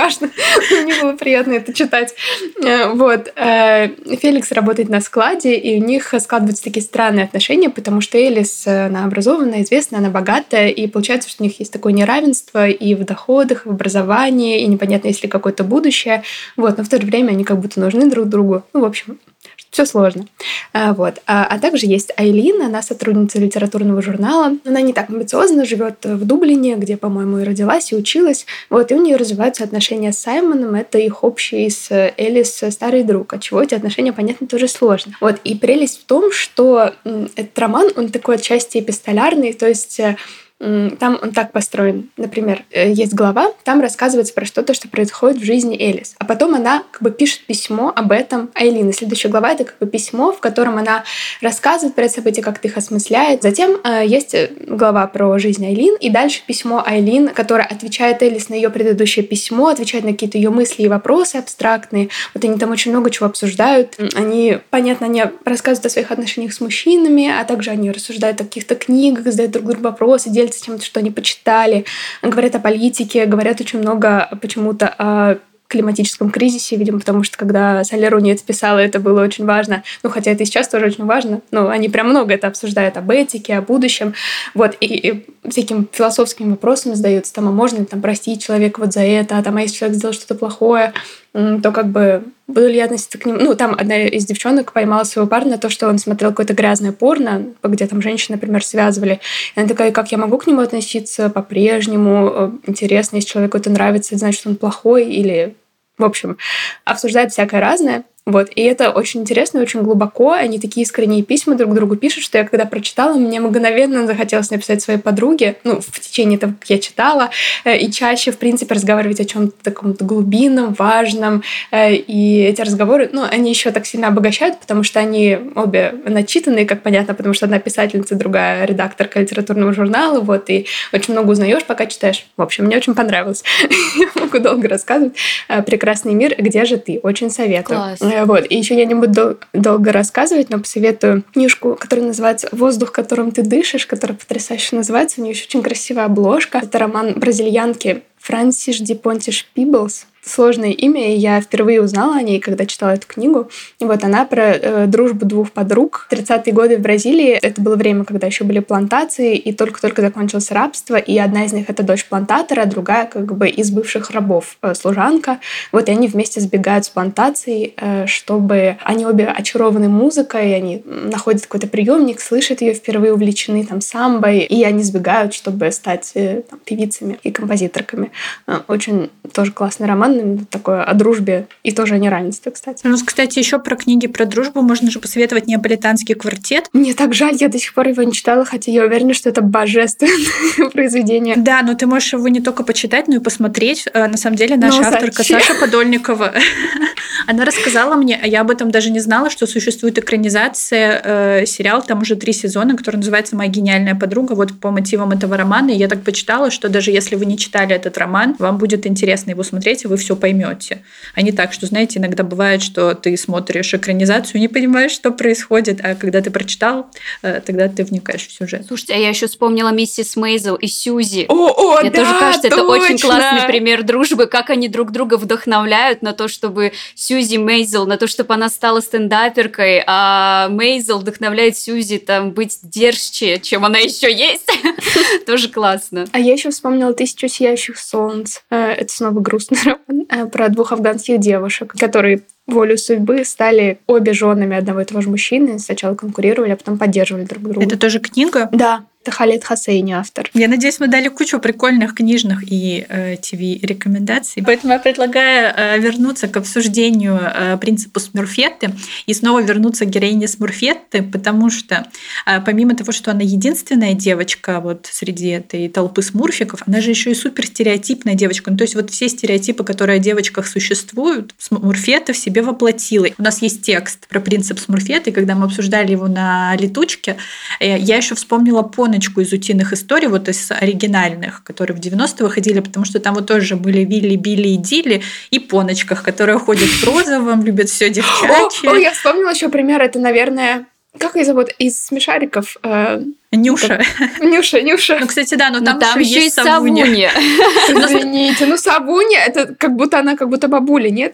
Мне было приятно это читать. Вот. Феликс работает на складе, и у них складываются такие странные отношения, потому что Элис, она образованная, известная, она богатая, и получается, что у них есть такое неравенство и в доходах, и в образовании, и непонятно, есть ли какое-то будущее. Вот. Но в то же время они как будто нужны друг другу. Ну, в общем, все сложно. А, вот. А, а также есть Айлин, она сотрудница литературного журнала. Она не так амбициозно, живет в Дублине, где, по-моему, и родилась, и училась. Вот. И у нее развиваются отношения с Саймоном. Это их общий с Элис старый друг. Отчего эти отношения, понятно, тоже сложно. Вот. И прелесть в том, что этот роман, он такой отчасти эпистолярный, то есть там он так построен. Например, есть глава, там рассказывается про что-то, что происходит в жизни Элис. А потом она как бы пишет письмо об этом Айлин. И следующая глава — это как бы письмо, в котором она рассказывает про события, как-то их осмысляет. Затем э, есть глава про жизнь Айлин, и дальше письмо Айлин, которое отвечает Элис на ее предыдущее письмо, отвечает на какие-то ее мысли и вопросы абстрактные. Вот они там очень много чего обсуждают. Они, понятно, они рассказывают о своих отношениях с мужчинами, а также они рассуждают о каких-то книгах, задают друг другу вопросы, делятся чем-то, что они почитали, говорят о политике, говорят очень много почему-то о климатическом кризисе, видимо, потому что когда Салли Руни это писала, это было очень важно. Ну, хотя это и сейчас тоже очень важно, но они прям много это обсуждают об этике, о будущем. Вот, и, и всякими философскими вопросами задаются, там, а можно ли там простить человека вот за это, а там, а если человек сделал что-то плохое, то как бы буду ли я относиться к нему? Ну, там одна из девчонок поймала своего парня на то, что он смотрел какое-то грязное порно, где там женщины, например, связывали. И она такая, как я могу к нему относиться по-прежнему? Интересно, если человеку это нравится, это значит, что он плохой или... В общем, обсуждают всякое разное. Вот. И это очень интересно и очень глубоко. Они такие искренние письма друг другу пишут, что я когда прочитала, мне мгновенно захотелось написать своей подруге, ну, в течение того, как я читала, и чаще, в принципе, разговаривать о чем-то таком-то глубинном, важном. И эти разговоры, ну, они еще так сильно обогащают, потому что они обе начитанные, как понятно, потому что одна писательница, другая редакторка литературного журнала, вот, и очень много узнаешь, пока читаешь. В общем, мне очень понравилось. Я могу долго рассказывать. «Прекрасный мир. Где же ты?» Очень советую. Класс. Вот. И еще я не буду дол- долго рассказывать, но посоветую книжку, которая называется «Воздух, которым ты дышишь», которая потрясающе называется. У нее еще очень красивая обложка. Это роман бразильянки Франсиш ди Понтиш Пиблс. Сложное имя, и я впервые узнала о ней, когда читала эту книгу. И вот она про э, дружбу двух подруг. В тридцатые годы в Бразилии, это было время, когда еще были плантации, и только-только закончилось рабство, и одна из них — это дочь плантатора, а другая как бы из бывших рабов, э, служанка. Вот, и они вместе сбегают с плантацией, э, чтобы... Они обе очарованы музыкой, они находят какой-то приемник, слышат ее впервые, увлечены там самбой, и они сбегают, чтобы стать э, там, певицами и композиторками. Э, очень тоже классный роман, такое о дружбе и тоже о неравенстве, кстати. Ну, кстати, еще про книги про дружбу можно же посоветовать «Неаполитанский квартет». Мне так жаль, я до сих пор его не читала, хотя я уверена, что это божественное произведение. Да, но ты можешь его не только почитать, но и посмотреть. На самом деле наша но авторка зачем? Саша Подольникова, она рассказала мне, а я об этом даже не знала, что существует экранизация э, сериал, там уже три сезона, который называется «Моя гениальная подруга», вот по мотивам этого романа. И я так почитала, что даже если вы не читали этот роман, вам будет интересно его смотреть, и вы все поймете. А не так, что, знаете, иногда бывает, что ты смотришь экранизацию, не понимаешь, что происходит, а когда ты прочитал, тогда ты вникаешь в сюжет. Слушайте, а я еще вспомнила миссис Мейзел и Сьюзи. О, о, Мне да, тоже кажется, точно! это очень классный пример дружбы, как они друг друга вдохновляют на то, чтобы Сьюзи Мейзел, на то, чтобы она стала стендаперкой, а Мейзел вдохновляет Сьюзи там быть дерзче, чем она еще есть. Тоже классно. А я еще вспомнила «Тысячу сияющих солнц». Это снова грустный роман про двух афганских девушек, которые волю судьбы стали обе женами одного и того же мужчины. Сначала конкурировали, а потом поддерживали друг друга. Это тоже книга? Да. Это Халед Хосейни, автор. Я надеюсь, мы дали кучу прикольных книжных и э, ТВ-рекомендаций. Поэтому я предлагаю э, вернуться к обсуждению э, принципа Смурфетты и снова вернуться к героине Смурфетты, потому что э, помимо того, что она единственная девочка вот среди этой толпы смурфиков, она же еще и супер стереотипная девочка. Ну, то есть вот все стереотипы, которые о девочках существуют, Смурфетта в себе воплотила. У нас есть текст про принцип Смурфетты, и когда мы обсуждали его на летучке, э, я еще вспомнила по из «Утиных историй», вот из оригинальных, которые в девяностые выходили, потому что там вот тоже были Вилли, Билли и Дилли, и Поночках, которые ходят в розовом, любят все девчачье. О, о, я вспомнила еще пример, это, наверное, как ее зовут? Из «Смешариков». Э, Нюша. Нюша, Нюша. Ну, кстати, да, но, но там, там еще еще есть и Савуня. Извините, ну Савуня, это как будто она как будто бабуля, нет?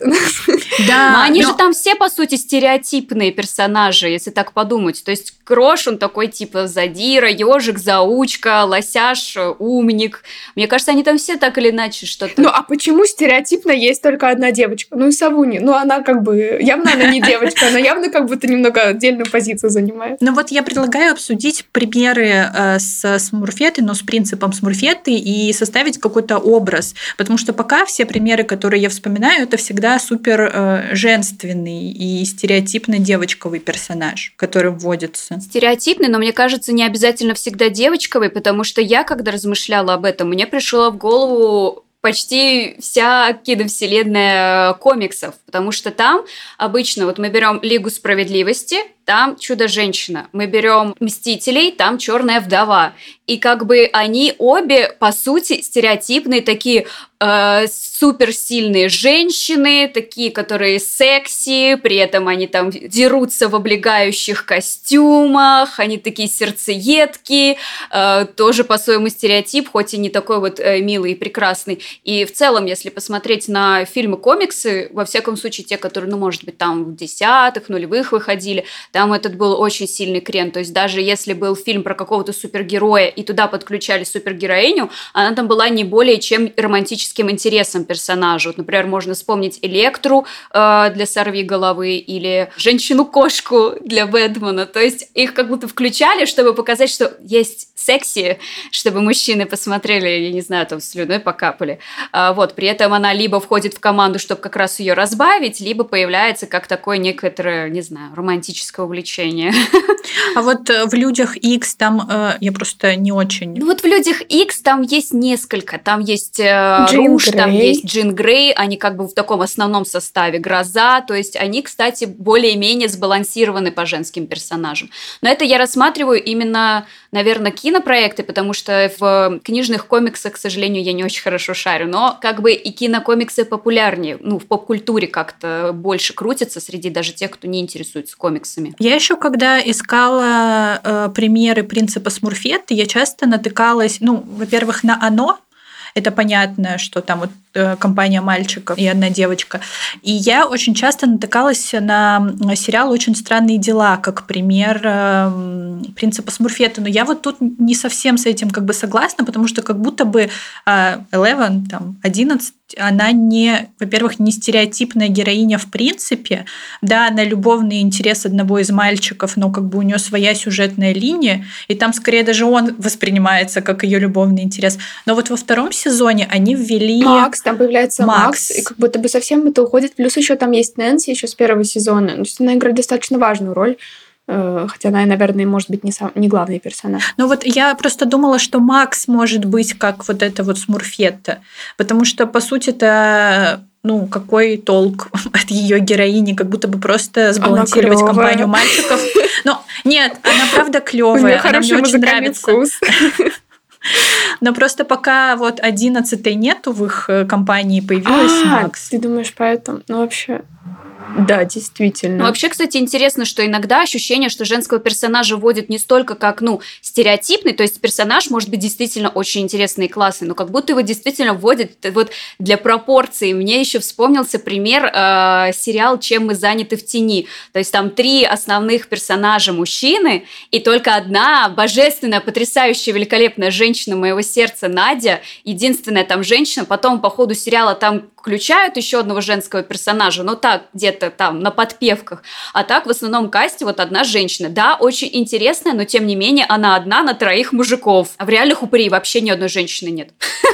Да. Но они но... же там все, по сути, стереотипные персонажи, если так подумать. То есть Крош, он такой типа задира, ежик, заучка, лосяш, умник. Мне кажется, они там все так или иначе что-то... Ну, а почему стереотипно есть только одна девочка? Ну, и Савуня. Ну, она как бы... Явно она не девочка, она явно как будто немного отдельную позицию занимает. Ну, вот я предлагаю обсудить примеры э, с Смурфеты, но с принципом Смурфеты и составить какой-то образ. Потому что пока все примеры, которые я вспоминаю, это всегда супер э, женственный и стереотипно девочковый персонаж, который вводится. Стереотипный, но мне кажется, не обязательно всегда девочковый, потому что я, когда размышляла об этом, мне пришло в голову почти вся киновселенная комиксов, потому что там обычно, вот мы берем Лигу справедливости, там Чудо-женщина, мы берем Мстителей, там Черная вдова, и как бы они обе, по сути, стереотипные такие э, суперсильные женщины, такие, которые секси, при этом они там дерутся в облегающих костюмах, они такие сердцеедкие, э, тоже по-своему стереотип, хоть и не такой вот э, милый и прекрасный. И в целом, если посмотреть на фильмы-комиксы, во всяком случае, те, которые, ну, может быть, там в десятых, нулевых выходили, там этот был очень сильный крен. То есть даже если был фильм про какого-то супергероя, и туда подключали супергероиню, она там была не более чем романтическим интересом персонажа. Вот, например, можно вспомнить Электру э, для «Сорвиголовы» или Женщину-кошку для Бэтмена. То есть их как будто включали, чтобы показать, что есть секси, чтобы мужчины посмотрели, я не знаю, там слюной покапали. А, вот, при этом она либо входит в команду, чтобы как раз ее разбавить, либо появляется как такое некоторое, не знаю, романтическое увлечение. А вот в «Людях Икс» там э, я просто не очень... Ну вот в «Людях Икс» там есть несколько. Там есть э, Джин Руш, Грей. там есть Джин Грей. Они как бы в таком основном составе. Гроза. То есть они, кстати, более-менее сбалансированы по женским персонажам. Но это я рассматриваю именно, наверное, кинопроекты, потому что в книжных комиксах, к сожалению, я не очень хорошо шарю. Но как бы и кинокомиксы популярнее. Ну, в поп-культуре как-то больше крутятся среди даже тех, кто не интересуется комиксами. Я еще, когда искала э, примеры принципа Смурфетты, я часто натыкалась, ну, во-первых, на «Оно». Это понятно, что там вот э, компания мальчиков и одна девочка. И я очень часто натыкалась на сериал «Очень странные дела», как пример э, принципа Смурфетты. Но я вот тут не совсем с этим как бы согласна, потому что как будто бы э, Eleven, там, одиннадцать, она не, во-первых, не стереотипная героиня в принципе. Да, она любовный интерес одного из мальчиков, но как бы у нее своя сюжетная линия, и там скорее даже он воспринимается как ее любовный интерес. Но вот во втором сезоне они ввели... Макс, там появляется Макс. Макс, и как будто бы совсем это уходит. Плюс еще там есть Нэнси еще с первого сезона. То есть она играет достаточно важную роль. Хотя она, наверное, может быть не, сам, не главный персонаж. Ну вот я просто думала, что Макс может быть как вот это вот Смурфетта, потому что, по сути-то, ну, какой толк от ее героини, как будто бы просто сбалансировать компанию мальчиков. Но нет, она правда клевая, она мне очень нравится. Но просто пока вот одиннадцатой нету в их компании, появилась Макс. Ты думаешь поэтому? Ну, вообще... Да, действительно. Ну, вообще, кстати, интересно, что иногда ощущение, что женского персонажа вводят не столько как, ну, стереотипный, то есть персонаж может быть действительно очень интересный и классный, но как будто его действительно вводят вот для пропорций. Мне еще вспомнился пример э, сериал «Чем мы заняты в тени». То есть там три основных персонажа мужчины, и только одна божественная, потрясающая, великолепная женщина моего сердца, Надя, единственная там женщина. Потом по ходу сериала там включают еще одного женского персонажа, но так, где-то там на подпевках. А так в основном касте вот одна женщина. Да, очень интересная, но тем не менее она одна на троих мужиков. А в реальных упырей вообще ни одной женщины нет.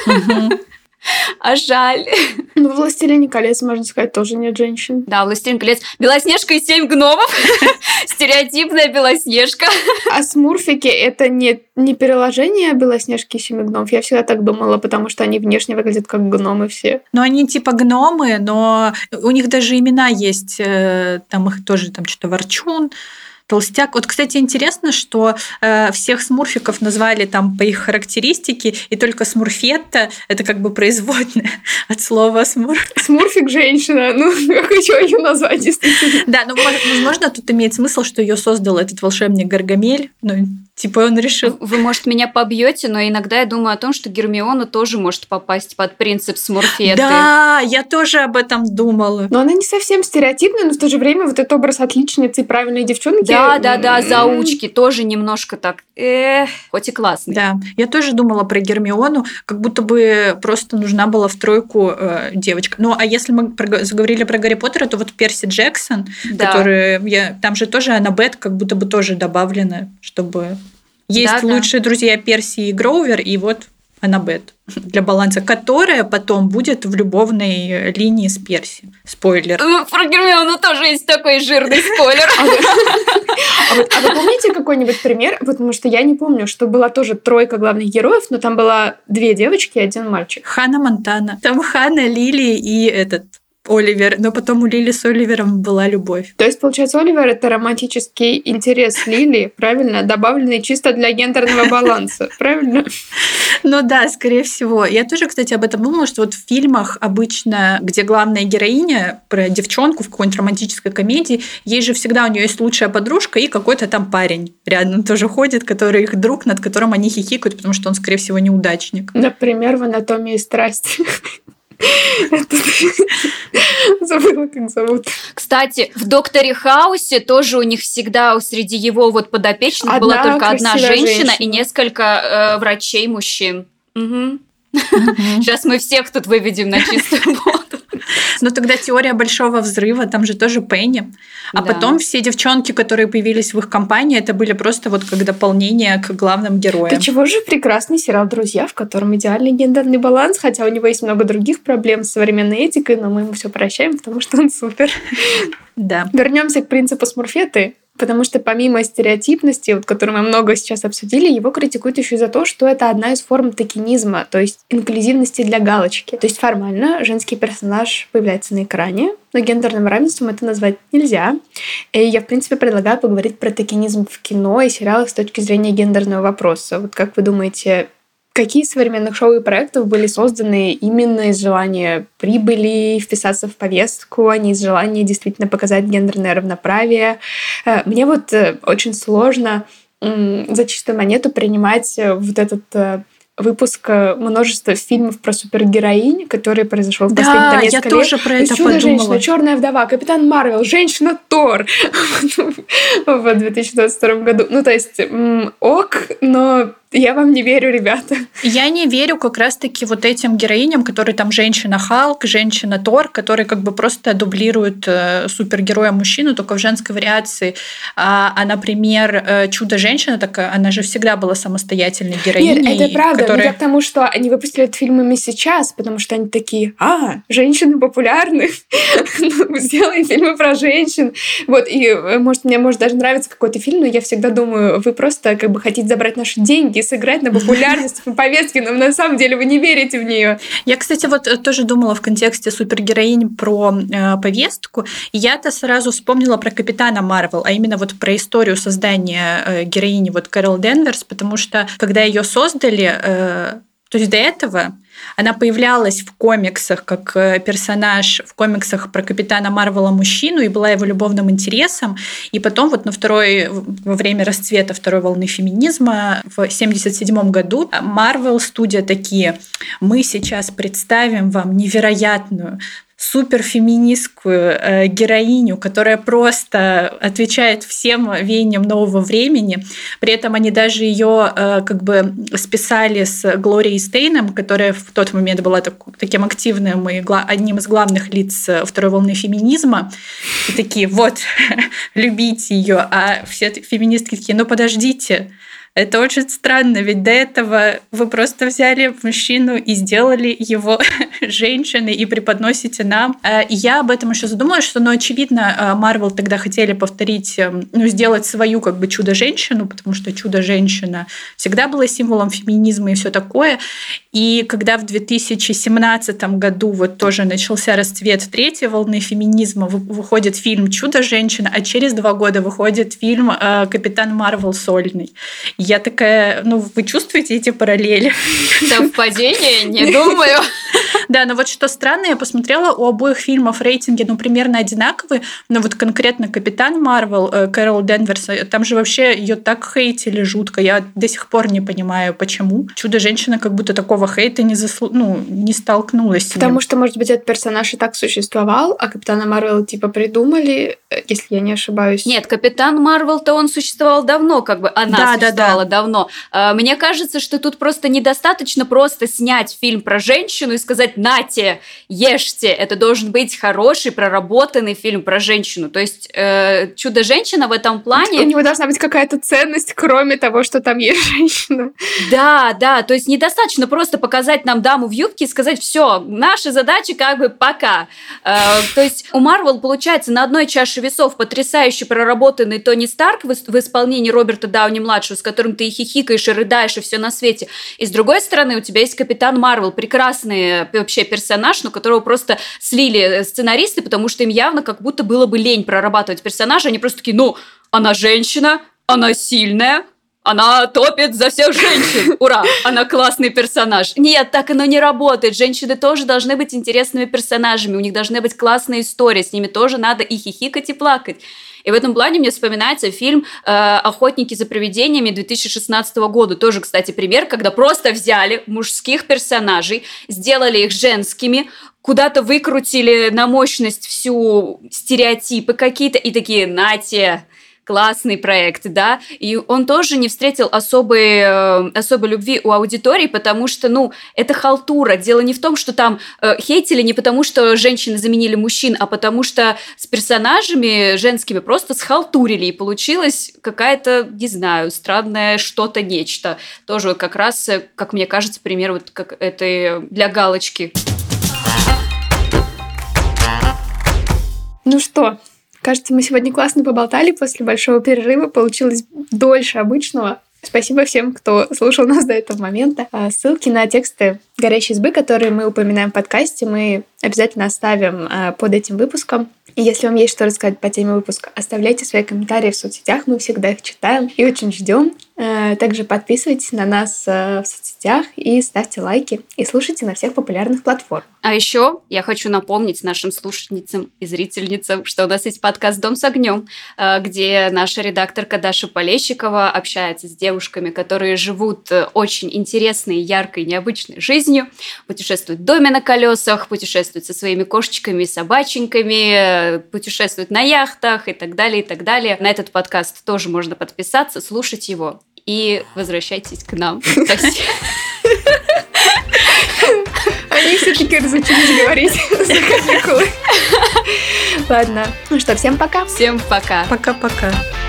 А жаль. Ну, в «Властелине колец», можно сказать, тоже нет женщин. Да, «Властелин колец». Белоснежка и семь гномов. Стереотипная Белоснежка. А смурфики — это не, не переложение Белоснежки и семи гномов? Я всегда так думала, потому что они внешне выглядят как гномы все. Ну, они типа гномы, но у них даже имена есть. Там их тоже там что-то Ворчун, Толстяк. Вот, кстати, интересно, что э, всех смурфиков назвали там по их характеристике, и только Смурфетта — это как бы производная от слова смурф. Смурфик — женщина. Ну, как еще ее назвать, действительно? Да, ну, возможно, тут имеет смысл, что ее создал этот волшебник Гаргамель. Ну, Типа он решил... Вы, может, меня побьете, но иногда я думаю о том, что Гермиона тоже может попасть под принцип Смурфетты. Да, я тоже об этом думала. Но она не совсем стереотипная, но в то же время вот этот образ отличницы и правильной девчонки... Да, да, да, заучки тоже немножко так, эх, хоть и классный. Да, я тоже думала про Гермиону, как будто бы просто нужна была в тройку э, девочка. Ну, а если мы про, заговорили про Гарри Поттера, то вот Перси Джексон, да. который... Я, там же тоже Аннабет как будто бы тоже добавлена, чтобы... Есть да, лучшие да. друзья Перси и Гроувер, и вот Аннабет для баланса, которая потом будет в любовной линии с Перси. Спойлер. Про Гермиону тоже есть такой жирный спойлер. А вы помните какой-нибудь пример? Потому что я не помню, что была тоже тройка главных героев, но там была две девочки и один мальчик. Ханна Монтана. Там Ханна, Лили и этот... Оливер, но потом у Лили с Оливером была любовь. То есть, получается, Оливер — это романтический интерес Лили, правильно? Добавленный чисто для гендерного баланса, правильно? Ну да, скорее всего. Я тоже, кстати, об этом думала, что вот в фильмах обычно, где главная героиня про девчонку в какой-нибудь романтической комедии, ей же всегда у нее есть лучшая подружка и какой-то там парень рядом тоже ходит, который их друг, над которым они хихикают, потому что он, скорее всего, неудачник. Например, в «Анатомии страсти». Забыла, как зовут. Кстати, в «Докторе Хаусе» тоже у них всегда среди его вот подопечных одна была только одна женщина, женщина и несколько э, врачей мужчин. Угу. Угу. Сейчас мы всех тут выведем на чистую воду. Но тогда теория большого взрыва, там же тоже Пенни. А да. потом все девчонки, которые появились в их компании, это были просто вот как дополнение к главным героям. Да чего же прекрасный сериал «Друзья», в котором идеальный гендерный баланс, хотя у него есть много других проблем с современной этикой, но мы ему все прощаем, потому что он супер. Да. Вернемся к принципу Смурфетты. Потому что помимо стереотипности, вот, которую мы много сейчас обсудили, его критикуют еще и за то, что это одна из форм токенизма, то есть инклюзивности для галочки. То есть формально женский персонаж появляется на экране, но гендерным равенством это назвать нельзя. И я, в принципе, предлагаю поговорить про токенизм в кино и сериалах с точки зрения гендерного вопроса. Вот как вы думаете, какие из современных шоу и проектов были созданы именно из желания прибыли, вписаться в повестку, а не из желания действительно показать гендерное равноправие? Мне вот очень сложно за чистую монету принимать вот этот выпуск множества фильмов про супергероинь, который произошел в последние да, несколько лет. Да, я тоже про это подумала. Чудо-женщина, Черная вдова, Капитан Марвел, Женщина Тор в две тысячи двадцать втором году. Ну, то есть, ок, но я вам не верю, ребята. Я не верю как раз-таки вот этим героиням, которые там женщина-Халк, женщина-Тор, которые как бы просто дублируют э, супергероя-мужчину, только в женской вариации. А, а например, э, Чудо-женщина, так она же всегда была самостоятельной героиней. Нет, это правда. Которая... Я к тому, что они выпустили этот фильм именно сейчас, потому что они такие, а, женщины популярны, сделай фильмы про женщин. Вот, и, может, мне может даже нравится какой-то фильм, но я всегда думаю, вы просто как бы хотите забрать наши деньги, сыграть на популярность по повестке, но на самом деле вы не верите в нее. Я, кстати, вот тоже думала в контексте супергероинь про э, повестку, и я-то сразу вспомнила про Капитана Марвел, а именно вот про историю создания э, героини вот Кэрол Денверс, потому что когда ее создали, э, то есть до этого она появлялась в комиксах как персонаж в комиксах про Капитана Марвела мужчину и была его любовным интересом. И потом вот на второй, во время расцвета второй волны феминизма в семьдесят седьмом году Марвел студия такие: мы сейчас представим вам невероятную суперфеминистскую э, героиню, которая просто отвечает всем веяниям нового времени. При этом они даже ее э, как бы списали с Глорией Стейном, которая в тот момент была так, таким активным и гла- одним из главных лиц второй волны феминизма. И такие, вот, любите ее. А все феминистки такие, ну подождите, это очень странно, ведь до этого вы просто взяли мужчину и сделали его женщиной и преподносите нам. И я об этом еще задумалась, что, ну, очевидно, Марвел тогда хотели повторить, ну, сделать свою как бы чудо-женщину, потому что чудо-женщина всегда была символом феминизма и все такое. И когда в две тысячи семнадцатом году вот тоже начался расцвет третьей волны феминизма, выходит фильм «Чудо-женщина», а через два года выходит фильм «Капитан Марвел» сольный. Я такая, ну, вы чувствуете эти параллели? Совпадение? Не думаю. Да, но вот что странно, я посмотрела, у обоих фильмов рейтинги, ну, примерно одинаковые, но вот конкретно «Капитан Марвел», Кэрол Денверс, там же вообще ее так хейтили жутко, я до сих пор не понимаю, почему. «Чудо-женщина» как будто такого хейта не, заслу... ну, не столкнулась с ним. Потому что, может быть, этот персонаж и так существовал, а «Капитана Марвел» типа придумали, если я не ошибаюсь. Нет, «Капитан Марвел»-то он существовал давно, как бы она да, существовала да, да. давно. Мне кажется, что тут просто недостаточно просто снять фильм про женщину и сказать: «Нате, ешьте». Это должен быть хороший, проработанный фильм про женщину. То есть э, «Чудо-женщина» в этом плане... У него должна быть какая-то ценность, кроме того, что там есть женщина. Да, да, то есть недостаточно просто показать нам даму в юбке и сказать: все, наша задача как бы пока. Э, то есть у Марвел получается на одной чаше весов потрясающе проработанный Тони Старк в, в исполнении Роберта Дауни-младшего, с которым ты и хихикаешь, и рыдаешь, и все на свете. И с другой стороны у тебя есть Капитан Марвел, прекрасный вообще персонаж, но которого просто слили сценаристы, потому что им явно как будто было бы лень прорабатывать персонажа. Они просто такие: ну, она женщина, она сильная, она топит за всех женщин. Ура! Она классный персонаж. Нет, так оно не работает. Женщины тоже должны быть интересными персонажами. У них должны быть классные истории. С ними тоже надо и хихикать, и плакать. И в этом плане мне вспоминается фильм э, «Охотники за привидениями» две тысячи шестнадцатого года. Тоже, кстати, пример, когда просто взяли мужских персонажей, сделали их женскими, куда-то выкрутили на мощность всю стереотипы какие-то и такие: «Нате, классный проект», да, и он тоже не встретил особой, э, особой любви у аудитории, потому что, ну, это халтура. Дело не в том, что там э, хейтили не потому, что женщины заменили мужчин, а потому что с персонажами женскими просто схалтурили, и получилось какая-то, не знаю, странное что-то, нечто. Тоже как раз, как мне кажется, пример вот как этой для галочки. Ну что, кажется, мы сегодня классно поболтали после большого перерыва. Получилось дольше обычного. Спасибо всем, кто слушал нас до этого момента. Ссылки на тексты «Горящей избы», которые мы упоминаем в подкасте, мы обязательно оставим под этим выпуском. И если вам есть что рассказать по теме выпуска, оставляйте свои комментарии в соцсетях, мы всегда их читаем и очень ждем. Также подписывайтесь на нас в соцсетях и ставьте лайки, и слушайте на всех популярных платформах. А еще я хочу напомнить нашим слушательницам и зрительницам, что у нас есть подкаст «Дом с огнем», где наша редакторка Даша Полещикова общается с девушками, которые живут очень интересной, яркой, необычной жизнью, путешествуют в доме на колесах, путешествуют со своими кошечками и собаченьками, путешествуют на яхтах и так далее, и так далее. На этот подкаст тоже можно подписаться, слушать его. И возвращайтесь к нам. Они все-таки разучились говорить за каникулы. Ладно. Ну что, всем пока. Всем пока. Пока-пока.